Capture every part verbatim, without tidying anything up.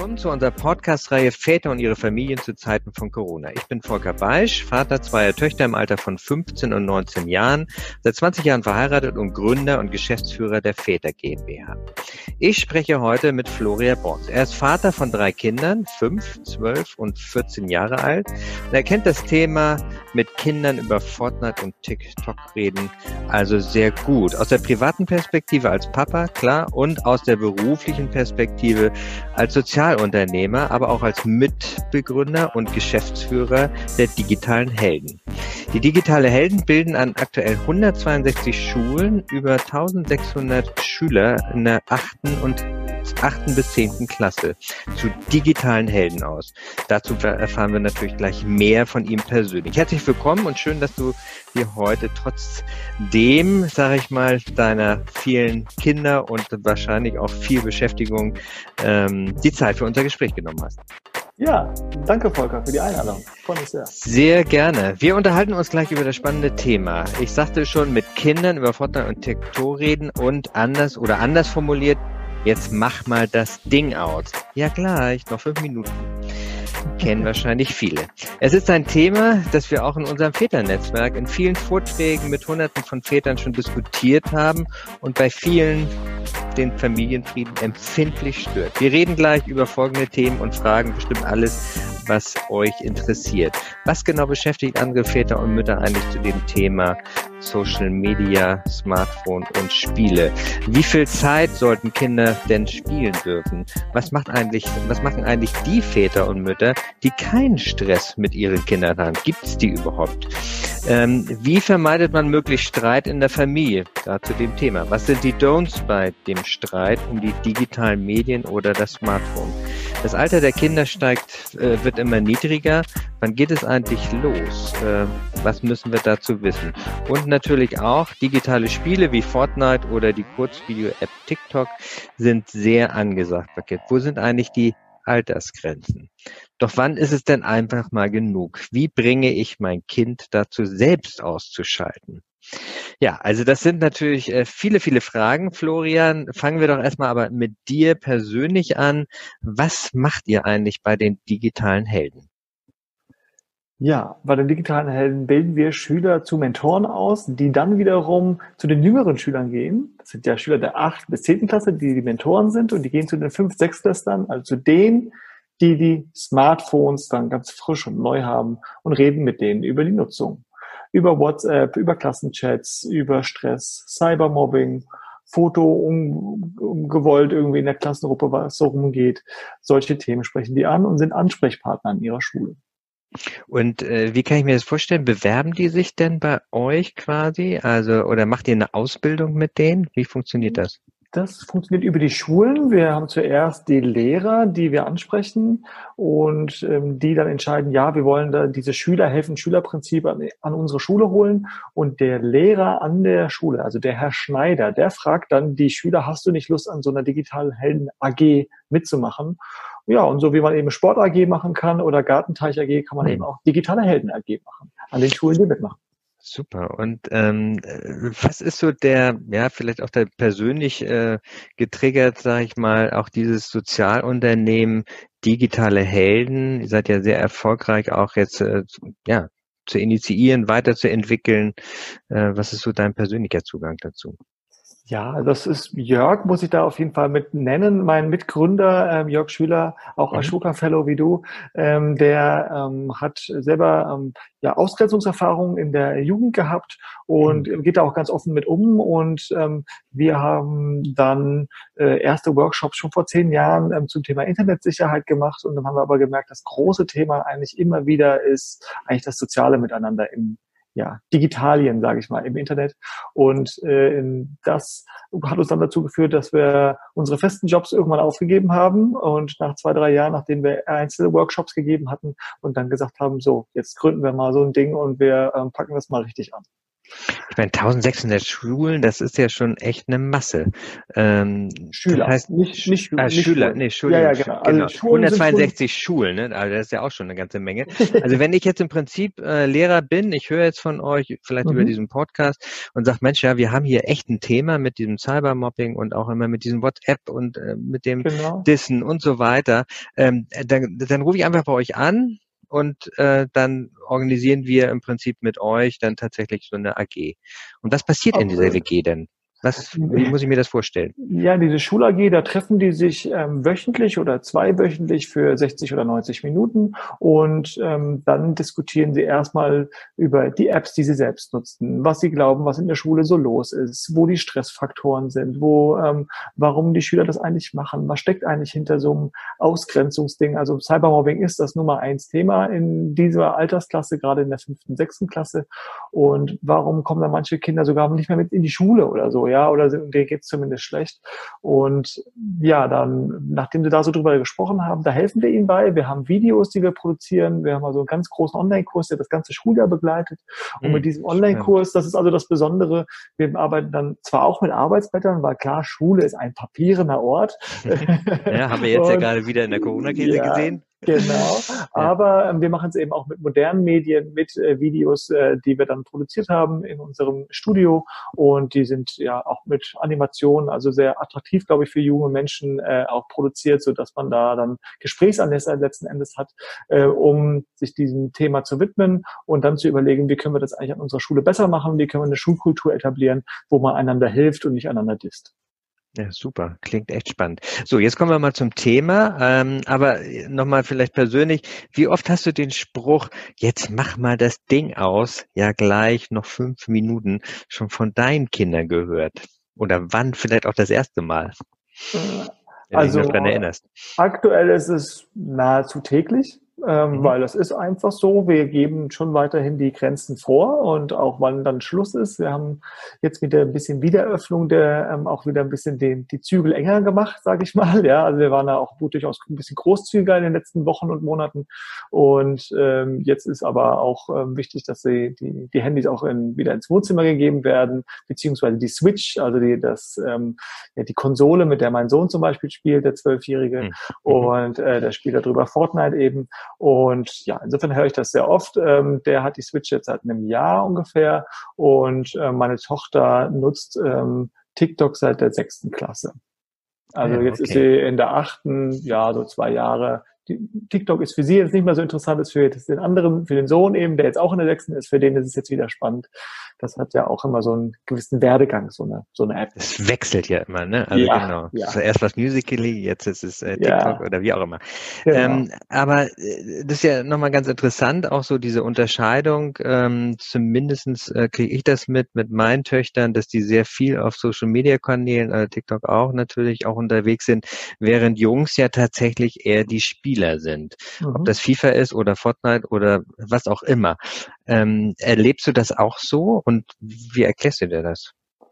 willkommen zu unserer Podcast-Reihe Väter und ihre Familien zu Zeiten von Corona. Ich bin Volker Beisch, Vater zweier Töchter im Alter von fünfzehn und neunzehn Jahren, seit zwanzig Jahren verheiratet und Gründer und Geschäftsführer der Väter GmbH. Ich spreche heute mit Florian Borns. Er ist Vater von drei Kindern, fünf, zwölf und vierzehn Jahre alt. Und er kennt das Thema mit Kindern über Fortnite und TikTok reden also sehr gut. Aus der privaten Perspektive als Papa, klar, und aus der beruflichen Perspektive als Sozialunternehmer, aber auch als Mitbegründer und Geschäftsführer der digitalen Helden. Die digitale Helden bilden an aktuell hundertzweiundsechzig Schulen über eintausendsechshundert Schüler in der achten und achten bis zehnten Klasse zu digitalen Helden aus. Dazu erfahren wir natürlich gleich mehr von ihm persönlich. Herzlich willkommen und schön, dass du dir heute trotzdem, sage ich mal, deiner vielen Kinder und wahrscheinlich auch viel Beschäftigung ähm, die Zeit für unser Gespräch genommen hast. Ja, danke Volker für die Einladung. Freue mich sehr. Sehr gerne. Wir unterhalten uns gleich über das spannende Thema. Ich sagte schon, mit Kindern über Fortnite und TikTok reden und anders oder anders formuliert, jetzt mach mal das Ding aus. Ja gleich, noch fünf Minuten. Kennen wahrscheinlich viele. Es ist ein Thema, das wir auch in unserem Väternetzwerk in vielen Vorträgen mit Hunderten von Vätern schon diskutiert haben und bei vielen den Familienfrieden empfindlich stört. Wir reden gleich über folgende Themen und fragen bestimmt alles, was euch interessiert. Was genau beschäftigt andere Väter und Mütter eigentlich zu dem Thema Social Media, Smartphone und Spiele? Wie viel Zeit sollten Kinder denn spielen dürfen? Was macht eigentlich, was machen eigentlich die Väter und Mütter, die keinen Stress mit ihren Kindern haben? Gibt es die überhaupt? Ähm, wie vermeidet man möglichst Streit in der Familie? Da zu dem Thema. Was sind die Don'ts bei dem Streit um die digitalen Medien oder das Smartphone? Das Alter der Kinder steigt, äh, wird immer niedriger. Wann geht es eigentlich los? Äh, was müssen wir dazu wissen? Und natürlich auch digitale Spiele wie Fortnite oder die Kurzvideo-App TikTok sind sehr angesagt. Wo sind eigentlich die Altersgrenzen? Doch wann ist es denn einfach mal genug? Wie bringe ich mein Kind dazu, selbst auszuschalten? Ja, also das sind natürlich äh, viele, viele Fragen. Florian, fangen wir doch erstmal aber mit dir persönlich an. Was macht ihr eigentlich bei den digitalen Helden? Ja, bei den digitalen Helden bilden wir Schüler zu Mentoren aus, die dann wiederum zu den jüngeren Schülern gehen. Das sind ja Schüler der achten bis zehnten Klasse, die die Mentoren sind, und die gehen zu den fünf-, sechstklässlern, also zu denen, die die Smartphones dann ganz frisch und neu haben, und reden mit denen über die Nutzung. Über WhatsApp, über Klassenchats, über Stress, Cybermobbing, Foto um, um gewollt irgendwie in der Klassengruppe, was so rumgeht. Solche Themen sprechen die an und sind Ansprechpartner an ihrer Schule. Und äh, wie kann ich mir das vorstellen? Bewerben die sich denn bei euch quasi? Also, oder macht ihr eine Ausbildung mit denen? Wie funktioniert das? Das funktioniert über die Schulen. Wir haben zuerst die Lehrer, die wir ansprechen und ähm, die dann entscheiden, ja, wir wollen da diese Schüler helfen, Schülerprinzip an, an unsere Schule holen. Und der Lehrer an der Schule, also der Herr Schneider, der fragt dann die Schüler, hast du nicht Lust, an so einer digitalen Helden-A G mitzumachen? Ja, und so wie man eben Sport-A G machen kann oder Gartenteich-A G, kann man mhm. eben auch digitale Helden-A G machen, an den Schulen, die mitmachen. Super. Und ähm, was ist so der, ja, vielleicht auch der persönlich äh, getriggert, sage ich mal, auch dieses Sozialunternehmen digitale Helden? Ihr seid ja sehr erfolgreich auch jetzt, äh, ja, zu initiieren, weiterzuentwickeln. Äh, was ist so dein persönlicher Zugang dazu? Ja, das ist Jörg, muss ich da auf jeden Fall mit nennen, mein Mitgründer, ähm, Jörg Schüler, auch Mhm. Ashoka Fellow wie du, ähm, der ähm, hat selber ähm, ja Ausgrenzungserfahrungen in der Jugend gehabt und mhm. geht da auch ganz offen mit um, und ähm, wir haben dann äh, erste Workshops schon vor zehn Jahren ähm, zum Thema Internetsicherheit gemacht, und dann haben wir aber gemerkt, das große Thema eigentlich immer wieder ist eigentlich das soziale Miteinander im ja, Digitalien, sage ich mal, im Internet. Und äh, das hat uns dann dazu geführt, dass wir unsere festen Jobs irgendwann aufgegeben haben und nach zwei, drei Jahren, nachdem wir einzelne Workshops gegeben hatten und dann gesagt haben, so, jetzt gründen wir mal so ein Ding und wir ähm, packen das mal richtig an. Ich meine, eintausendsechshundert Schulen, das ist ja schon echt eine Masse. Ähm, Schüler, das heißt, nicht, nicht, ah, nicht Schüler, Schulen. nee, Ja, Entschuldigung, ja, Sch- genau. Also genau, Schulen sind schon, hundertzweiundsechzig Schulen, ne? Also das ist ja auch schon eine ganze Menge. Also wenn ich jetzt im Prinzip äh, Lehrer bin, ich höre jetzt von euch, vielleicht über mhm, diesen Podcast und sage, Mensch, ja, wir haben hier echt ein Thema mit diesem Cybermobbing und auch immer mit diesem WhatsApp und äh, mit dem genau. Dissen und so weiter. Ähm, dann, dann rufe ich einfach bei euch an und äh, dann organisieren wir im Prinzip mit euch dann tatsächlich so eine A G. Und was passiert in dieser Absolut. W G denn? Was, wie muss ich mir das vorstellen? Ja, diese Schul-A G, da treffen die sich ähm, wöchentlich oder zweiwöchentlich für sechzig oder neunzig Minuten und ähm, dann diskutieren sie erstmal über die Apps, die sie selbst nutzen, was sie glauben, was in der Schule so los ist, wo die Stressfaktoren sind, wo, ähm, warum die Schüler das eigentlich machen, was steckt eigentlich hinter so einem Ausgrenzungsding. Also Cybermobbing ist das Nummer eins Thema in dieser Altersklasse, gerade in der fünften, sechsten Klasse. Und warum kommen da manche Kinder sogar nicht mehr mit in die Schule oder so, ja, oder sind, denen geht's zumindest schlecht. Und ja, dann, nachdem wir da so drüber gesprochen haben, da helfen wir ihnen bei. Wir haben Videos, die wir produzieren. Wir haben also einen ganz großen Online-Kurs, der das ganze Schuljahr begleitet. Und mit Hm, diesem spannend. Online-Kurs, das ist also das Besondere, wir arbeiten dann zwar auch mit Arbeitsblättern, weil klar, Schule ist ein papierener Ort. Ja, haben wir jetzt ja Und gerade wieder in der Corona-Krise ja, gesehen. genau. Ja. Aber ähm, wir machen es eben auch mit modernen Medien, mit äh, Videos, äh, die wir dann produziert haben in unserem Studio. Und die sind ja auch mit Animationen, also sehr attraktiv, glaube ich, für junge Menschen äh, auch produziert, so dass man da dann Gesprächsanlässe letzten Endes hat, äh, um sich diesem Thema zu widmen und dann zu überlegen, wie können wir das eigentlich an unserer Schule besser machen, wie können wir eine Schulkultur etablieren, wo man einander hilft und nicht einander disst. Ja, super. Klingt echt spannend. So, jetzt kommen wir mal zum Thema. Ähm, aber nochmal vielleicht persönlich. Wie oft hast du den Spruch, jetzt mach mal das Ding aus, ja gleich noch fünf Minuten, schon von deinen Kindern gehört? Oder wann vielleicht auch das erste Mal, wenn du dich noch dran Also erinnerst? aktuell ist es nahezu täglich, ähm, Mhm. weil das ist einfach so. Wir geben schon weiterhin die Grenzen vor und auch wann dann Schluss ist. Wir haben jetzt mit der ein bisschen Wiederöffnung der ähm, auch wieder ein bisschen den, die Zügel enger gemacht, sage ich mal. Ja, also wir waren da auch gut, durchaus ein bisschen großzügiger in den letzten Wochen und Monaten. Und ähm, jetzt ist aber auch ähm, wichtig, dass sie die, die Handys auch in, wieder ins Wohnzimmer gegeben werden, beziehungsweise die Switch, also die, das, ähm, ja, die Konsole, mit der mein Sohn zum Beispiel spielt, der Zwölfjährige. Mhm. Mhm. Und äh, der spielt darüber Fortnite eben. Und ja, insofern höre ich das sehr oft. Ähm, der hat die Switch jetzt seit einem Jahr ungefähr. Und äh, meine Tochter nutzt ähm, TikTok seit der sechsten Klasse. Ah Also ja, jetzt ist okay. sie in der achten, ja, so zwei Jahre. Die, TikTok ist für sie jetzt nicht mehr so interessant, ist für den anderen, für den Sohn eben, der jetzt auch in der sechsten ist, für den ist es jetzt wieder spannend. Das hat ja auch immer so einen gewissen Werdegang, so eine, so eine App. Es wechselt ja immer, ne? Also Ja, genau. ja, Zuerst was Musical.ly, jetzt ist es äh, TikTok ja, oder wie auch immer. genau. Ähm, aber äh, das ist ja nochmal ganz interessant, auch so diese Unterscheidung. Ähm, zumindestens äh, kriege ich das mit mit meinen Töchtern, dass die sehr viel auf Social Media Kanälen, also TikTok auch natürlich auch unterwegs sind, während Jungs ja tatsächlich eher die Spieler sind. Ob Mhm. das FIFA ist oder Fortnite oder was auch immer. Ähm, erlebst du das auch so und wie erklärst du dir das?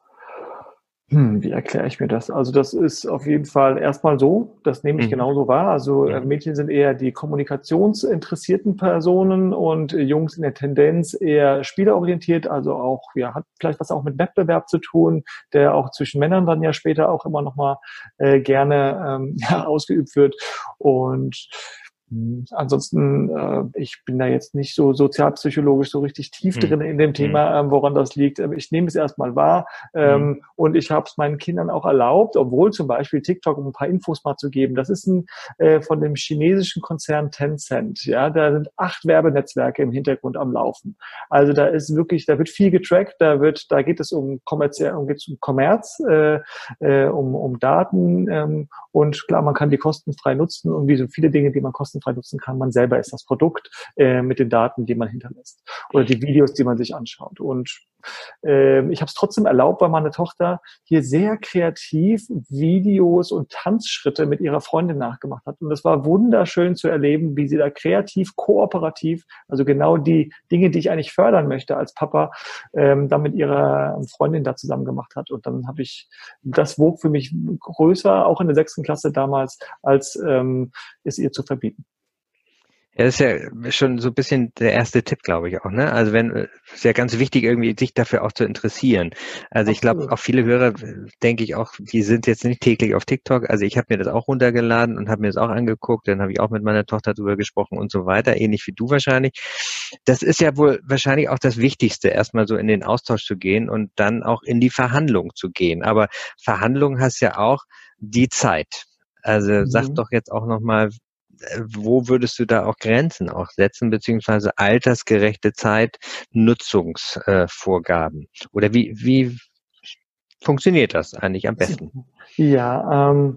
Hm, wie erkläre ich mir das? Also das ist auf jeden Fall erstmal so, das nehme ich Mhm. genauso wahr. Also äh, Mhm. Mädchen sind eher die kommunikationsinteressierten Personen und äh, Jungs in der Tendenz eher spielerorientiert, also auch, ja, hat vielleicht was auch mit Wettbewerb zu tun, der auch zwischen Männern dann ja später auch immer nochmal äh, gerne ähm, ja, ausgeübt wird. Und hm, ansonsten, äh, ich bin da jetzt nicht so sozialpsychologisch so richtig tief Mhm. drin in dem Mhm. Thema, ähm, woran das liegt. Aber ich nehme es erstmal wahr. Mhm. Ähm, und ich habe es meinen Kindern auch erlaubt, obwohl zum Beispiel TikTok, um ein paar Infos mal zu geben, das ist ein äh, von dem chinesischen Konzern Tencent. Ja, da sind acht Werbenetzwerke im Hintergrund am Laufen. Also da ist wirklich, da wird viel getrackt, da wird, da geht es um kommerziell, um, geht's um Kommerz, äh, äh, um, um Daten. Ähm, und klar, man kann die kostenfrei nutzen und wie so viele Dinge, die man kostenfrei nutzen kann, man selber ist das Produkt äh, mit den Daten, die man hinterlässt oder die Videos, die man sich anschaut. Und ähm, ich habe es trotzdem erlaubt, weil meine Tochter hier sehr kreativ Videos und Tanzschritte mit ihrer Freundin nachgemacht hat. Und das war wunderschön zu erleben, wie sie da kreativ, kooperativ, also genau die Dinge, die ich eigentlich fördern möchte als Papa, ähm, dann mit ihrer Freundin da zusammen gemacht hat. Und dann habe ich, das wog für mich größer, auch in der sechsten Klasse damals, als ähm, es ihr zu verbieten. Ja, das ist ja schon so ein bisschen der erste Tipp, glaube ich auch, ne? Also wenn, äh, ist ja ganz wichtig, irgendwie sich dafür auch zu interessieren. Also ich glaube, Absolut. auch viele Hörer, äh, denke ich auch, die sind jetzt nicht täglich auf TikTok. Also ich habe mir das auch runtergeladen und habe mir das auch angeguckt. Dann habe ich auch mit meiner Tochter drüber gesprochen und so weiter, ähnlich wie du wahrscheinlich. Das ist ja wohl wahrscheinlich auch das Wichtigste, erstmal so in den Austausch zu gehen und dann auch in die Verhandlung zu gehen. Aber Verhandlung heißt ja auch die Zeit. Also sag Mhm. doch jetzt auch nochmal, wo würdest du da auch Grenzen auch setzen, beziehungsweise altersgerechte Zeitnutzungsvorgaben? Oder wie, wie funktioniert das eigentlich am besten? Ja, ähm,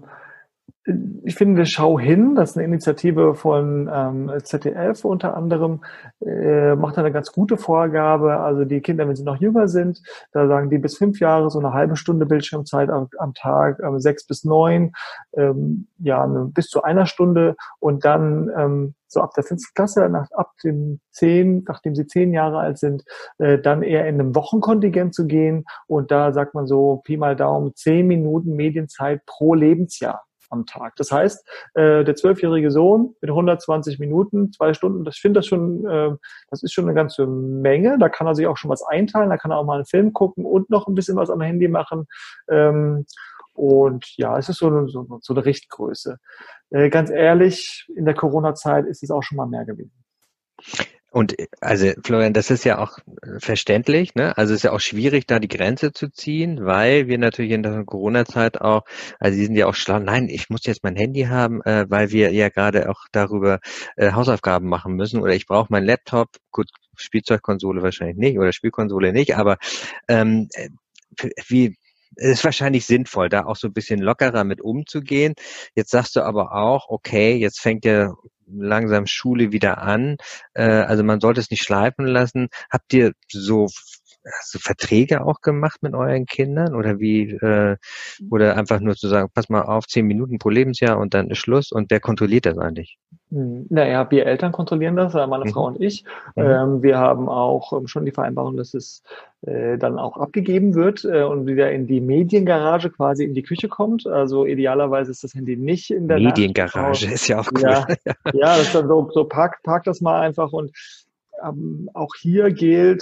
ich finde Schau hin, das ist eine Initiative von ähm, Z D F unter anderem, äh, macht eine ganz gute Vorgabe. Also die Kinder, wenn sie noch jünger sind, da sagen die bis fünf Jahre so eine halbe Stunde Bildschirmzeit am, am Tag, ähm, sechs bis neun, ähm, ja, eine, bis zu einer Stunde und dann ähm, so ab der fünften Klasse, nach, ab dem zehn, nachdem sie zehn Jahre alt sind, äh, dann eher in einem Wochenkontingent zu gehen. Und da sagt man so, Pi mal Daumen, zehn Minuten Medienzeit pro Lebensjahr am Tag. Das heißt, äh, der zwölfjährige Sohn mit hundertzwanzig Minuten, zwei Stunden, das, ich finde das schon, äh, das ist schon eine ganze Menge. Da kann er sich auch schon was einteilen, da kann er auch mal einen Film gucken und noch ein bisschen was am Handy machen. Ähm, und ja, es ist so eine, so, so eine Richtgröße. Äh, ganz ehrlich, in der Corona-Zeit ist es auch schon mal mehr gewesen. Und also Florian, das ist ja auch verständlich, ne? Also es ist ja auch schwierig, da die Grenze zu ziehen, weil wir natürlich in der Corona-Zeit auch, also die sind ja auch schlau, nein, ich muss jetzt mein Handy haben, äh, weil wir ja gerade auch darüber äh, Hausaufgaben machen müssen oder ich brauche meinen Laptop, gut, Spielzeugkonsole wahrscheinlich nicht oder Spielkonsole nicht, aber ähm, wie es ist wahrscheinlich sinnvoll, da auch so ein bisschen lockerer mit umzugehen. Jetzt sagst du aber auch, okay, jetzt fängt ja langsam Schule wieder an. Äh, also man sollte es nicht schleifen lassen. Habt ihr so, so Verträge auch gemacht mit euren Kindern oder wie äh, oder einfach nur zu sagen, pass mal auf, zehn Minuten pro Lebensjahr und dann ist Schluss und wer kontrolliert das eigentlich? Hm, naja, wir Eltern kontrollieren das, äh, meine Frau Mhm. und ich. Mhm. Ähm, wir haben auch ähm, schon die Vereinbarung, dass es äh, dann auch abgegeben wird äh, und wieder in die Mediengarage quasi in die Küche kommt. Also idealerweise ist das Handy nicht in der Nacht. Oh, Mediengarage ist ja auch cool. ja, ja, das ist dann so, so park, park das mal einfach. Und ähm, auch hier gilt,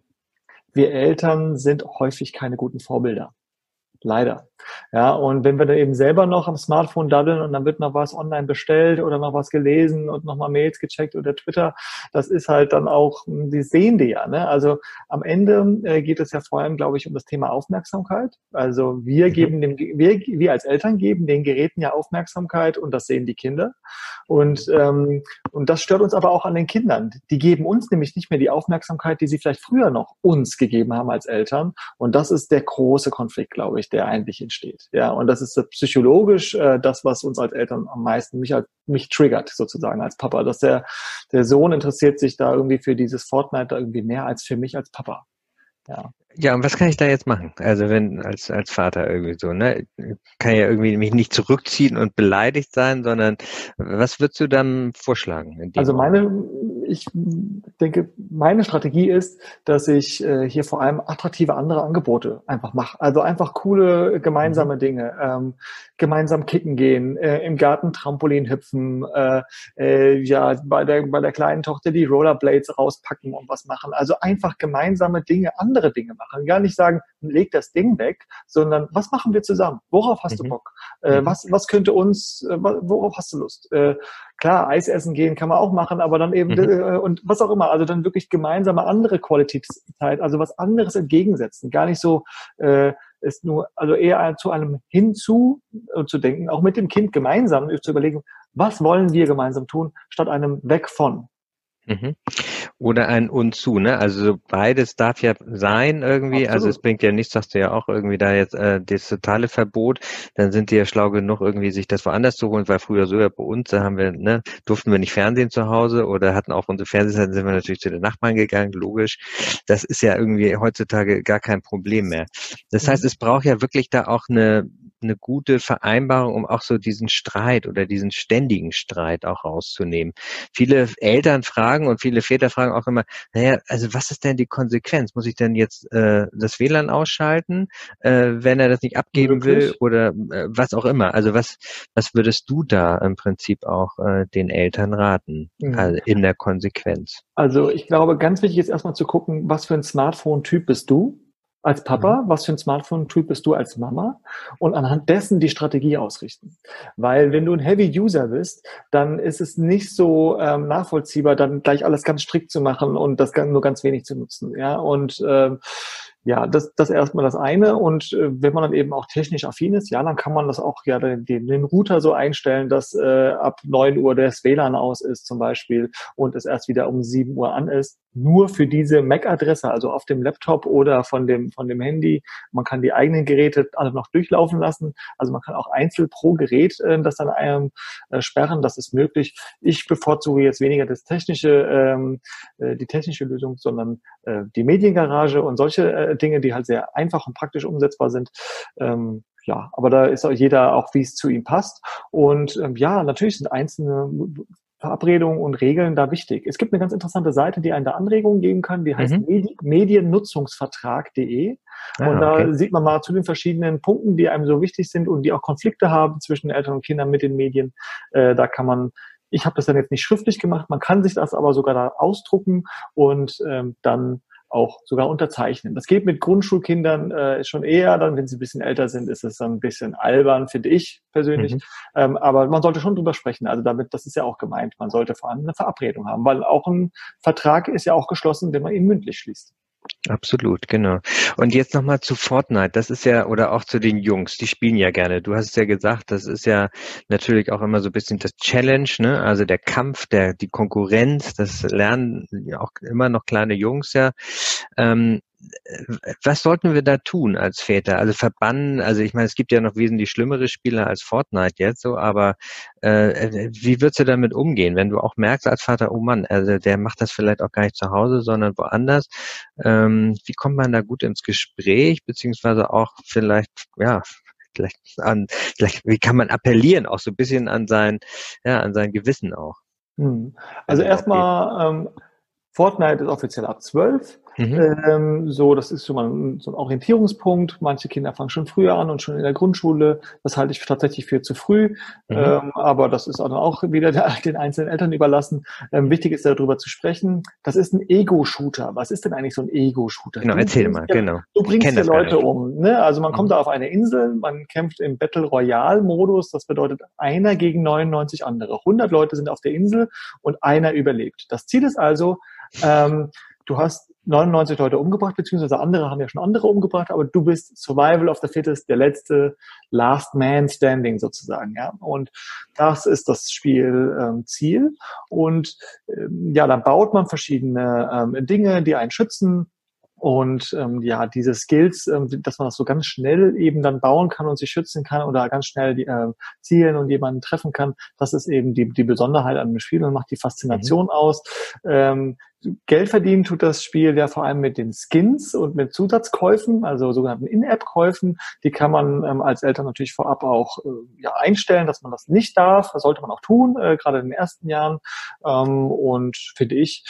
wir Eltern sind häufig keine guten Vorbilder. Leider. Ja, und wenn wir dann eben selber noch am Smartphone daddeln und dann wird noch was online bestellt oder noch was gelesen und nochmal Mails gecheckt oder Twitter, das ist halt dann auch, die sehen die ja, ne? Also am Ende äh, geht es ja vor allem, glaube ich, um das Thema Aufmerksamkeit. Also wir Mhm. geben dem, wir, wir als Eltern geben den Geräten ja Aufmerksamkeit und das sehen die Kinder. Und, ähm, und das stört uns aber auch an den Kindern. Die geben uns nämlich nicht mehr die Aufmerksamkeit, die sie vielleicht früher noch uns gegeben haben als Eltern. Und das ist der große Konflikt, glaube ich, der eigentlich entsteht. Ja, und das ist äh, psychologisch äh, das, was uns als Eltern am meisten, mich, als, mich triggert sozusagen als Papa, dass der, der Sohn interessiert sich da irgendwie für dieses Fortnite da irgendwie mehr als für mich als Papa. Ja. Ja, und was kann ich da jetzt machen? Also wenn als als Vater irgendwie so, ne? Ich kann ja irgendwie mich nicht zurückziehen und beleidigt sein, sondern was würdest du dann vorschlagen in dem Also Moment? meine, ich denke, meine Strategie ist, dass ich äh, hier vor allem attraktive andere Angebote einfach mache. Also einfach coole Mhm. gemeinsame Dinge, ähm, gemeinsam kicken gehen, äh, im Garten Trampolin hüpfen, äh, äh, ja bei der bei der kleinen Tochter die Rollerblades rauspacken und was machen. Also einfach gemeinsame Dinge, andere Dinge machen. Gar nicht sagen, leg das Ding weg, sondern was machen wir zusammen? Worauf hast du Mhm. Bock? Äh, Mhm. was was könnte uns? Äh, worauf hast du Lust? Äh, Klar, Eis essen gehen kann man auch machen, aber dann eben, Mhm. äh, und was auch immer, also dann wirklich gemeinsame andere Qualitätszeit, also was anderes entgegensetzen. Gar nicht so, äh, ist nur, also eher zu einem Hinzu äh, zu denken, auch mit dem Kind gemeinsam zu überlegen, was wollen wir gemeinsam tun, statt einem Weg von. Mhm. Oder ein und zu, ne? Also so beides darf ja sein irgendwie. Also es Absolut. bringt ja nichts, sagst du ja auch irgendwie da jetzt äh, das totale Verbot. Dann sind die ja schlau genug, irgendwie sich das woanders zu holen, weil früher so ja bei uns, da haben wir, ne, durften wir nicht Fernsehen zu Hause oder hatten auch unsere Fernsehzeiten, sind wir natürlich zu den Nachbarn gegangen, logisch. Das ist ja irgendwie heutzutage gar kein Problem mehr. Das heißt, Mhm. es braucht ja wirklich da auch eine eine gute Vereinbarung, um auch so diesen Streit oder diesen ständigen Streit auch rauszunehmen? Viele Eltern fragen und viele Väter fragen auch immer, naja, also was ist denn die Konsequenz? Muss ich denn jetzt äh, das W L A N ausschalten, äh, wenn er das nicht abgeben will Möglich. oder äh, was auch immer? Also was, was würdest du da im Prinzip auch äh, den Eltern raten, Mhm. also in der Konsequenz? Also ich glaube, ganz wichtig ist erstmal zu gucken, was für ein Smartphone-Typ bist du als Mhm. Papa, was für ein Smartphone-Typ bist du als Mama und anhand dessen die Strategie ausrichten. Weil wenn du ein Heavy-User bist, dann ist es nicht so ähm, nachvollziehbar, dann gleich alles ganz strikt zu machen und das nur ganz wenig zu nutzen. Ja, und ähm, ja, das, das erstmal das eine. Und äh, wenn man dann eben auch technisch affin ist, ja, dann kann man das auch ja den, den Router so einstellen, dass äh, ab neun Uhr das W L A N aus ist zum Beispiel und es erst wieder um sieben Uhr an ist. Nur für diese M A C-Adresse, also auf dem Laptop oder von dem, von dem Handy. Man kann die eigenen Geräte alle noch durchlaufen lassen. Also man kann auch einzeln pro Gerät äh, das dann ähm, äh, sperren. Das ist möglich. Ich bevorzuge jetzt weniger das technische, ähm, äh, die technische Lösung, sondern äh, die Mediengarage und solche äh, Dinge, die halt sehr einfach und praktisch umsetzbar sind. Ähm, ja, aber da ist auch jeder auch, wie es zu ihm passt. Und ähm, ja, natürlich sind einzelne Verabredungen und Regeln da wichtig. Es gibt eine ganz interessante Seite, die einen da Anregungen geben kann, die heißt Mhm. Medi- mediennutzungsvertrag punkt de und Ah, okay. da sieht man mal zu den verschiedenen Punkten, die einem so wichtig sind und die auch Konflikte haben zwischen Eltern und Kindern mit den Medien. Äh, da kann man, ich habe das dann jetzt nicht schriftlich gemacht, man kann sich das aber sogar da ausdrucken und ähm, dann auch sogar unterzeichnen. Das geht mit Grundschulkindern äh, schon eher, dann wenn sie ein bisschen älter sind, ist es dann ein bisschen albern, finde ich persönlich. Mhm. Ähm, aber man sollte schon drüber sprechen. Also damit, das ist ja auch gemeint. Man sollte vor allem eine Verabredung haben, weil auch ein Vertrag ist ja auch geschlossen, wenn man ihn mündlich schließt. Absolut, genau. Und jetzt nochmal zu Fortnite. Das ist ja, oder auch zu den Jungs, die spielen ja gerne. Du hast es ja gesagt, das ist ja natürlich auch immer so ein bisschen das Challenge, ne? Also der Kampf, der, die Konkurrenz, das lernen ja auch immer noch kleine Jungs ja. Ähm, was sollten wir da tun als Väter? Also verbannen, also ich meine, es gibt ja noch wesentlich schlimmere Spiele als Fortnite jetzt so, aber äh, wie würdest du damit umgehen, wenn du auch merkst als Vater, oh Mann, also der macht das vielleicht auch gar nicht zu Hause, sondern woanders. Ähm, wie kommt man da gut ins Gespräch, beziehungsweise auch vielleicht, ja, vielleicht an, vielleicht, wie kann man appellieren, auch so ein bisschen an sein, ja, an sein Gewissen auch, Hm. wenn Also es überhaupt geht. erstmal, ähm, Fortnite ist offiziell ab zwölf. Mhm. Ähm, so, das ist schon mal ein, so ein Orientierungspunkt. Manche Kinder fangen schon früher an und schon in der Grundschule. Das halte ich tatsächlich für zu früh. Mhm. Ähm, aber das ist dann auch wieder der, den einzelnen Eltern überlassen. Ähm, wichtig ist darüber zu sprechen. Das ist ein Ego-Shooter. Was ist denn eigentlich so ein Ego-Shooter? Genau, Du erzähl bringst mal, ja, genau. du Ich bringst kenne ja das gar Leute nicht. um. Ne? Also man kommt Mhm. da auf eine Insel, man kämpft im Battle Royale-Modus. Das bedeutet einer gegen neunundneunzig andere. hundert Leute sind auf der Insel und einer überlebt. Das Ziel ist also, ähm, du hast neunundneunzig Leute umgebracht, beziehungsweise andere haben ja schon andere umgebracht, aber du bist Survival of the Fittest, der letzte Last Man Standing sozusagen, ja. Und das ist das Spielziel. Ähm, und ähm, ja, dann baut man verschiedene ähm, Dinge, die einen schützen. Und ähm, ja, diese Skills, ähm, dass man das so ganz schnell eben dann bauen kann und sich schützen kann oder ganz schnell die, äh, zielen und jemanden treffen kann, das ist eben die, die Besonderheit an dem Spiel und macht die Mhm. Faszination aus. Ähm, Geld verdienen tut das Spiel ja vor allem mit den Skins und mit Zusatzkäufen, also sogenannten In-App-Käufen. Die kann man ähm, als Eltern natürlich vorab auch äh, ja, einstellen, dass man das nicht darf. Das sollte man auch tun, äh, gerade in den ersten Jahren. Ähm, und finde ich,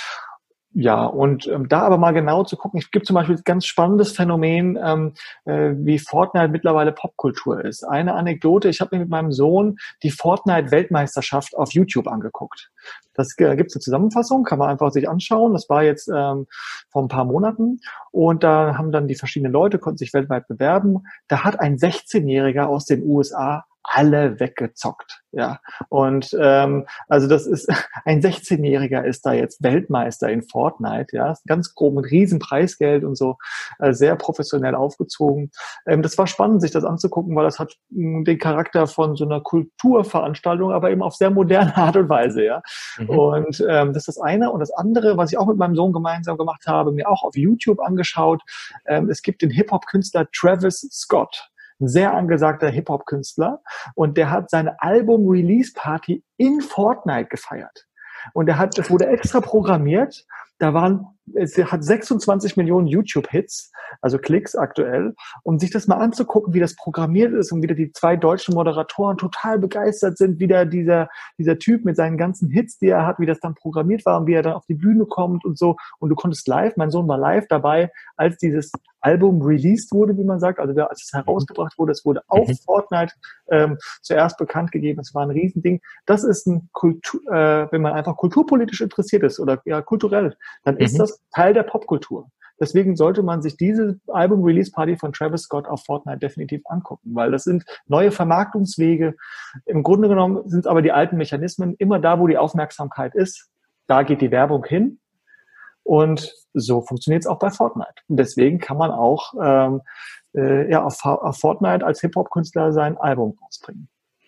ja, und ähm, da aber mal genau zu gucken, es gibt zum Beispiel ein ganz spannendes Phänomen, ähm, äh, wie Fortnite mittlerweile Popkultur ist. Eine Anekdote, ich habe mir mit meinem Sohn die Fortnite-Weltmeisterschaft auf YouTube angeguckt. Das äh, gibt es eine Zusammenfassung, kann man einfach sich anschauen. Das war jetzt ähm, vor ein paar Monaten und da haben dann die verschiedenen Leute, konnten sich weltweit bewerben. Da hat ein sechzehnjähriger aus den U S A alle weggezockt, ja. Und ähm, also das ist ein sechzehnjähriger ist da jetzt Weltmeister in Fortnite, ja, ganz grob mit riesen Preisgeld und so, äh, sehr professionell aufgezogen. Ähm, das war spannend, sich das anzugucken, weil das hat mh, den Charakter von so einer Kulturveranstaltung, aber eben auf sehr moderne Art und Weise, ja. Mhm. Und ähm, das ist das eine. Und das andere, was ich auch mit meinem Sohn gemeinsam gemacht habe, mir auch auf YouTube angeschaut, ähm, es gibt den Hip-Hop-Künstler Travis Scott. Ein sehr angesagter Hip-Hop-Künstler. Und der hat seine Album-Release-Party in Fortnite gefeiert. Und er hat, das wurde extra programmiert. Da waren es hat sechsundzwanzig Millionen YouTube-Hits, also Klicks aktuell, um sich das mal anzugucken, wie das programmiert ist und wieder die zwei deutschen Moderatoren total begeistert sind, wieder dieser, dieser Typ mit seinen ganzen Hits, die er hat, wie das dann programmiert war und wie er dann auf die Bühne kommt und so. Und du konntest live, mein Sohn war live dabei, als dieses Album released wurde, wie man sagt, also als es herausgebracht wurde, es wurde auf Mhm. Fortnite ähm, zuerst bekannt gegeben, es war ein Riesending. Das ist ein Kultur, äh, wenn man einfach kulturpolitisch interessiert ist oder ja kulturell, dann ist Mhm. das Teil der Popkultur. Deswegen sollte man sich diese Album-Release-Party von Travis Scott auf Fortnite definitiv angucken, weil das sind neue Vermarktungswege. Im Grunde genommen sind es aber die alten Mechanismen. Immer da, wo die Aufmerksamkeit ist, da geht die Werbung hin. Und so funktioniert es auch bei Fortnite. Und deswegen kann man auch ähm, äh, ja, auf, auf Fortnite als Hip-Hop-Künstler sein Album rausbringen.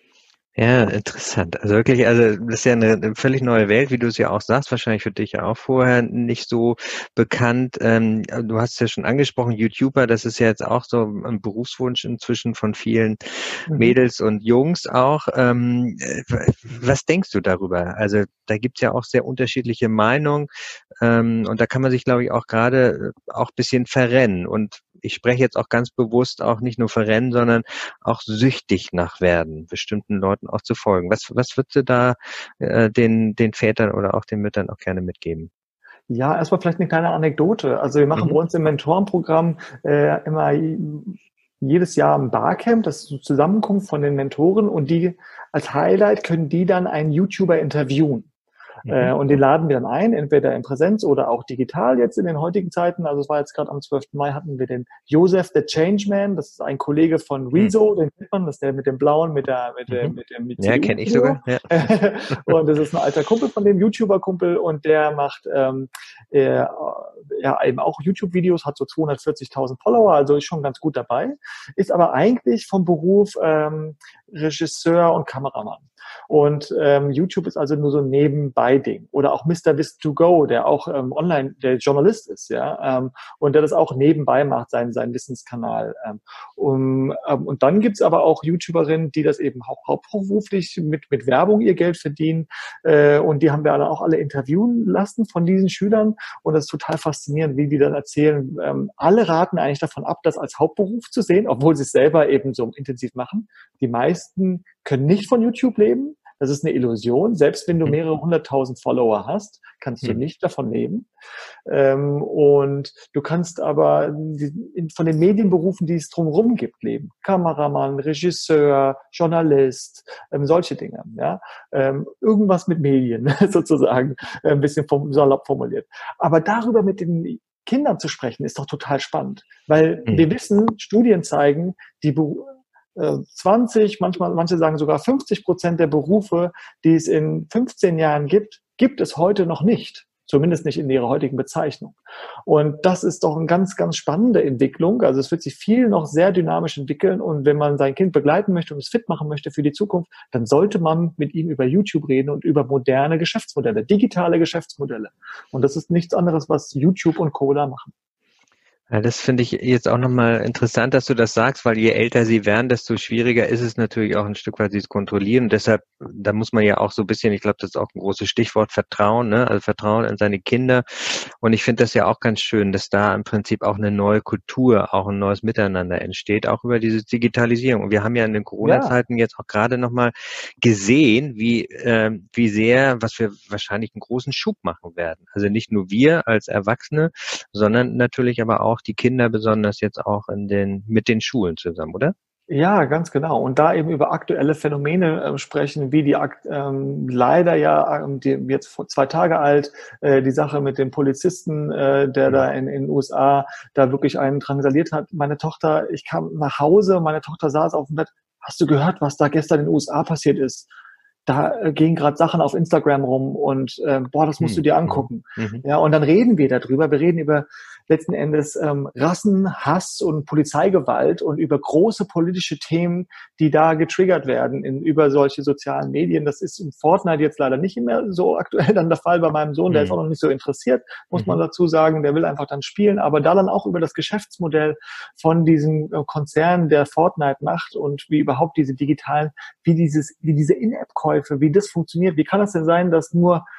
Ja, interessant. Also wirklich, also das ist ja eine, eine völlig neue Welt, wie du es ja auch sagst, wahrscheinlich für dich ja auch vorher nicht so bekannt. Ähm, du hast es ja schon angesprochen, YouTuber, das ist ja jetzt auch so ein Berufswunsch inzwischen von vielen Mhm. Mädels und Jungs auch. Ähm, was denkst du darüber? Also da gibt's ja auch sehr unterschiedliche Meinungen ähm, und da kann man sich, glaube ich, auch gerade auch ein bisschen verrennen. Und ich spreche jetzt auch ganz bewusst auch nicht nur verrennen, sondern auch süchtig nach werden, bestimmten Leuten auch zu folgen. Was, was würdest du da äh, den, den Vätern oder auch den Müttern auch gerne mitgeben? Ja, erstmal vielleicht eine kleine Anekdote. Also wir machen Mhm. bei uns im Mentorenprogramm äh, immer jedes Jahr ein Barcamp, das ist eine Zusammenkunft von den Mentoren und die als Highlight können die dann einen YouTuber interviewen. Mhm. Und den laden wir dann ein, entweder in Präsenz oder auch digital jetzt in den heutigen Zeiten. Also es war jetzt gerade am zwölften Mai hatten wir den Joseph the Changeman. Das ist ein Kollege von Rezo, den kennt man, das ist der mit dem blauen, mit der, mit dem, Mhm. mit dem Ja, kenne ich sogar. Ja. Und das ist ein alter Kumpel von dem YouTuber-Kumpel und der macht ähm, äh, ja eben auch YouTube-Videos, hat so zweihundertvierzigtausend Follower, also ist schon ganz gut dabei, ist aber eigentlich vom Beruf ähm, Regisseur und Kameramann. Und ähm, YouTube ist also nur so ein Nebenbei-Ding. Oder auch Mister Wiss to Go, der auch ähm, online, der Journalist ist, ja, ähm, und der das auch nebenbei macht, seinen, seinen Wissenskanal. Ähm, um, ähm, und dann gibt's aber auch YouTuberinnen, die das eben hau hauptberuflich mit, mit Werbung ihr Geld verdienen. Äh, und die haben wir dann auch alle interviewen lassen von diesen Schülern. Und das ist total faszinierend, wie die dann erzählen. Ähm, alle raten eigentlich davon ab, das als Hauptberuf zu sehen, obwohl sie es selber eben so intensiv machen. Die meisten können nicht von YouTube leben. Das ist eine Illusion. Selbst wenn du mehrere hunderttausend Follower hast, kannst du Mhm. nicht davon leben. Ähm, und du kannst aber die, von den Medienberufen, die es drumherum gibt, leben. Kameramann, Regisseur, Journalist, ähm, solche Dinge. Ja? Ähm, irgendwas mit Medien sozusagen, ein bisschen vom, salopp formuliert. Aber darüber mit den Kindern zu sprechen, ist doch total spannend. Weil Mhm. wir wissen, Studien zeigen, die Berufe, zwanzig, manchmal, manche sagen sogar fünfzig Prozent der Berufe, die es in fünfzehn Jahren gibt, gibt es heute noch nicht. Zumindest nicht in ihrer heutigen Bezeichnung. Und das ist doch eine ganz, ganz spannende Entwicklung. Also es wird sich viel noch sehr dynamisch entwickeln. Und wenn man sein Kind begleiten möchte und es fit machen möchte für die Zukunft, dann sollte man mit ihm über YouTube reden und über moderne Geschäftsmodelle, digitale Geschäftsmodelle. Und das ist nichts anderes, was YouTube und Cola machen. Ja, das finde ich jetzt auch nochmal interessant, dass du das sagst, weil je älter sie werden, desto schwieriger ist es natürlich auch ein Stück weit, sie zu kontrollieren. Und deshalb, da muss man ja auch so ein bisschen, ich glaube, das ist auch ein großes Stichwort, Vertrauen, ne? Also Vertrauen in seine Kinder. Und ich finde das ja auch ganz schön, dass da im Prinzip auch eine neue Kultur, auch ein neues Miteinander entsteht, auch über diese Digitalisierung. Und wir haben ja in den Corona-Zeiten jetzt auch gerade nochmal gesehen, wie, äh, wie sehr, was wir wahrscheinlich einen großen Schub machen werden. Also nicht nur wir als Erwachsene, sondern natürlich aber auch die Kinder, besonders jetzt auch in den, mit den Schulen zusammen, oder? Ja, ganz genau. Und da eben über aktuelle Phänomene äh, sprechen, wie die ähm, leider ja ähm, die, jetzt vor zwei Tage alt, äh, die Sache mit dem Polizisten, äh, der Mhm. da in, in den U S A da wirklich einen drangsaliert hat. Meine Tochter, ich kam nach Hause, meine Tochter saß auf dem Bett. Hast du gehört, was da gestern in den U S A passiert ist? Da äh, gehen gerade Sachen auf Instagram rum und äh, boah, das musst du dir Mhm. angucken. Mhm. Ja, und dann reden wir darüber. Wir reden über letzten Endes ähm, Rassen, Hass und Polizeigewalt und über große politische Themen, die da getriggert werden in, über solche sozialen Medien. Das ist in Fortnite jetzt leider nicht mehr so aktuell dann der Fall bei meinem Sohn. Der ist Mhm. auch noch nicht so interessiert, muss man Mhm. dazu sagen. Der will einfach dann spielen, aber da dann auch über das Geschäftsmodell von diesem äh, Konzern, der Fortnite macht und wie überhaupt diese digitalen, wie dieses, wie diese In-App-Käufe, wie das funktioniert. Wie kann das denn sein, dass nur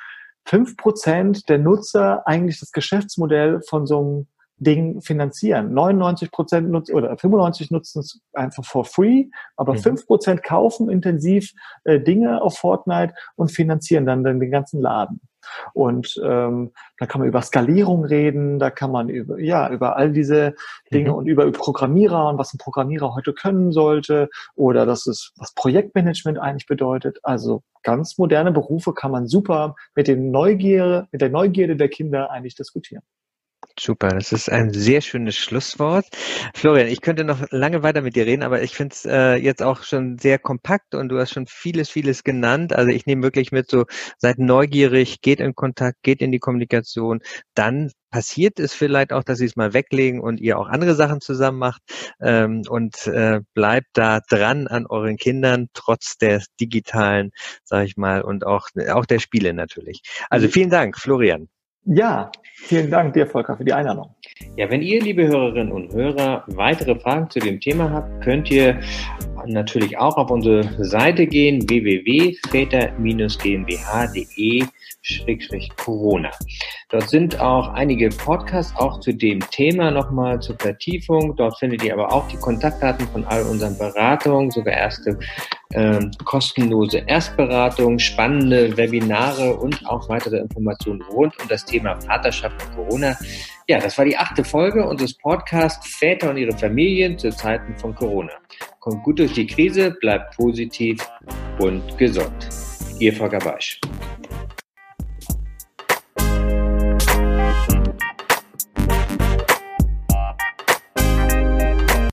fünf Prozent der Nutzer eigentlich das Geschäftsmodell von so einem Ding finanzieren. neunundneunzig Prozent nutzen oder fünfundneunzig nutzen es einfach for free, aber mhm. fünf Prozent kaufen intensiv äh, Dinge auf Fortnite und finanzieren dann, dann den ganzen Laden. Und ähm, da kann man über Skalierung reden, da kann man über ja über all diese Dinge mhm. und über, über Programmierer und was ein Programmierer heute können sollte oder das ist, was Projektmanagement eigentlich bedeutet. Also ganz moderne Berufe kann man super mit den Neugierde, mit der Neugierde der Kinder eigentlich diskutieren. Super, das ist ein sehr schönes Schlusswort. Florian, ich könnte noch lange weiter mit dir reden, aber ich finde es äh, jetzt auch schon sehr kompakt und du hast schon vieles, vieles genannt. Also ich nehme wirklich mit so, seid neugierig, geht in Kontakt, geht in die Kommunikation, dann passiert es vielleicht auch, dass sie es mal weglegen und ihr auch andere Sachen zusammen macht ähm, und äh, bleibt da dran an euren Kindern, trotz der digitalen, sage ich mal, und auch, auch der Spiele natürlich. Also vielen Dank, Florian. Ja, vielen Dank dir, Volker, für die Einladung. Ja, wenn ihr, liebe Hörerinnen und Hörer, weitere Fragen zu dem Thema habt, könnt ihr natürlich auch auf unsere Seite gehen, w w w punkt väter Bindestrich GmbH punkt de Schrägstrich Corona. Dort sind auch einige Podcasts auch zu dem Thema nochmal zur Vertiefung. Dort findet ihr aber auch die Kontaktdaten von all unseren Beratungen, sogar erste ähm, kostenlose Erstberatungen, spannende Webinare und auch weitere Informationen rund um das Thema Vaterschaft und Corona. Ja, das war die achte Folge unseres Podcasts Väter und ihre Familien zu Zeiten von Corona. Kommt gut durch die Krise, bleibt positiv und gesund. Ihr Volker Beisch.